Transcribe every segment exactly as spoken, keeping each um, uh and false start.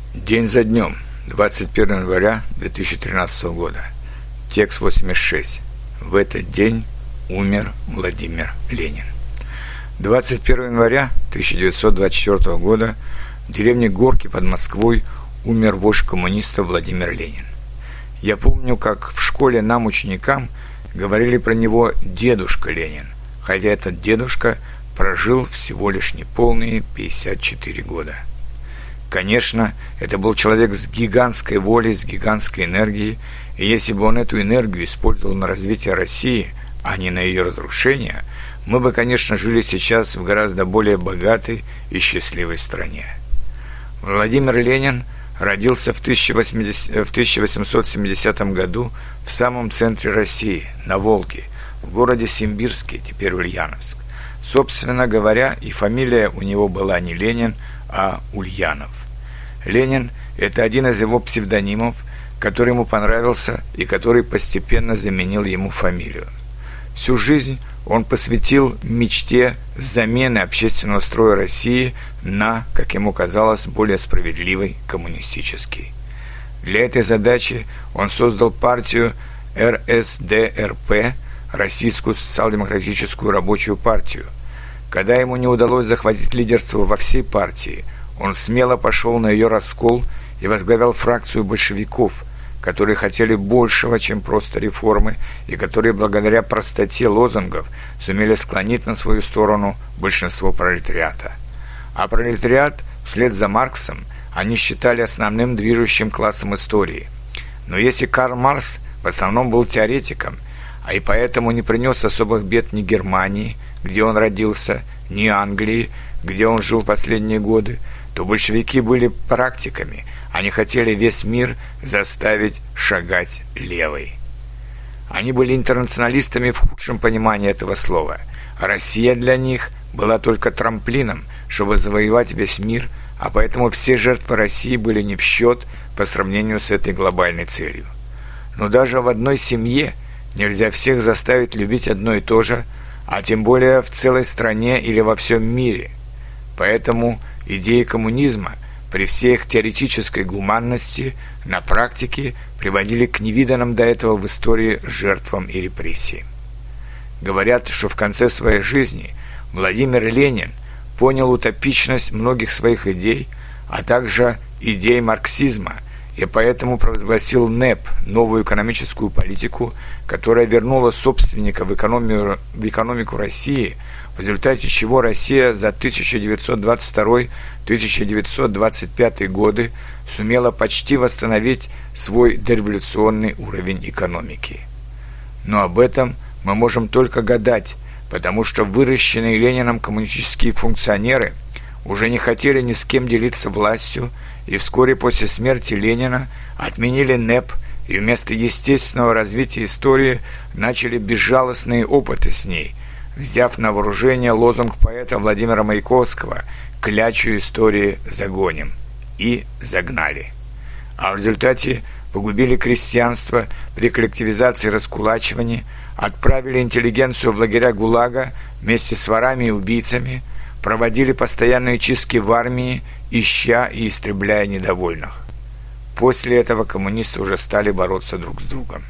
День за днем, двадцать первого января две тысячи тринадцатого года. Текст восемьдесят шесть. В этот день умер Владимир Ленин. двадцать первого января тысяча девятьсот двадцать четвёртого года в деревне Горки под Москвой умер вождь коммунистов Владимир Ленин. Я помню, как в школе нам, ученикам, говорили про него «дедушка Ленин», хотя этот дедушка прожил всего лишь неполные пятьдесят четыре года. Конечно, это был человек с гигантской волей, с гигантской энергией, и если бы он эту энергию использовал на развитие России, а не на ее разрушение, мы бы, конечно, жили сейчас в гораздо более богатой и счастливой стране. Владимир Ленин родился в тысяча восемьсот семидесятом году в самом центре России, на Волге, в городе Симбирске, теперь Ульяновск. Собственно говоря, и фамилия у него была не Ленин, а Ульянов. Ленин – это один из его псевдонимов, который ему понравился и который постепенно заменил ему фамилию. Всю жизнь он посвятил мечте замены общественного строя России на, как ему казалось, более справедливый коммунистический. Для этой задачи он создал партию эр эс дэ эр пэ, Российскую социал-демократическую рабочую партию. Когда ему не удалось захватить лидерство во всей партии, он смело пошел на ее раскол и возглавлял фракцию большевиков, которые хотели большего, чем просто реформы, и которые благодаря простоте лозунгов сумели склонить на свою сторону большинство пролетариата. А пролетариат, вслед за Марксом, они считали основным движущим классом истории. Но если Карл Маркс в основном был теоретиком, а и поэтому не принес особых бед ни Германии, где он родился, ни Англии, где он жил последние годы, то большевики были практиками. Они хотели весь мир заставить шагать левой. Они были интернационалистами в худшем понимании этого слова. Россия для них была только трамплином, чтобы завоевать весь мир, а поэтому все жертвы России были не в счет по сравнению с этой глобальной целью. Но даже в одной семье нельзя всех заставить любить одно и то же, а тем более в целой стране или во всем мире. Поэтому идеи коммунизма при всей их теоретической гуманности на практике приводили к невиданным до этого в истории жертвам и репрессиям. Говорят, что в конце своей жизни Владимир Ленин понял утопичность многих своих идей, а также идей марксизма, и поэтому провозгласил НЭП, новую экономическую политику, которая вернула собственника в экономику, в экономику России, в результате чего Россия за тысяча девятьсот двадцать второй — тысяча девятьсот двадцать пятый годы сумела почти восстановить свой дореволюционный уровень экономики. Но об этом мы можем только гадать, потому что выращенные Лениным коммунистические функционеры уже не хотели ни с кем делиться властью, и вскоре после смерти Ленина отменили НЭП и вместо естественного развития истории начали безжалостные опыты с ней, взяв на вооружение лозунг поэта Владимира Маяковского «Клячу истории загоним» и загнали. А в результате погубили крестьянство при коллективизации и раскулачивании, отправили интеллигенцию в лагеря ГУЛАГа вместе с ворами и убийцами, проводили постоянные чистки в армии, ища и истребляя недовольных. После этого коммунисты уже стали бороться друг с другом.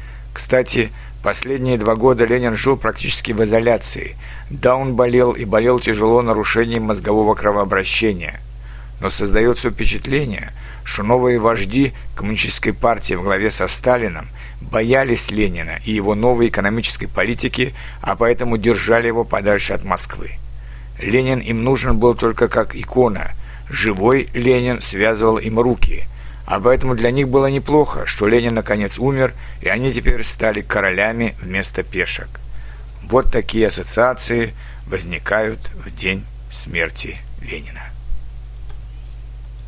Кстати, последние два года Ленин жил практически в изоляции. Да, он болел и болел тяжело нарушением мозгового кровообращения. Но создается впечатление, что новые вожди коммунистической партии в главе со Сталином боялись Ленина и его новой экономической политики, а поэтому держали его подальше от Москвы. Ленин им нужен был только как икона. Живой Ленин связывал им руки. А поэтому для них было неплохо, что Ленин наконец умер, и они теперь стали королями вместо пешек. Вот такие ассоциации возникают в день смерти Ленина.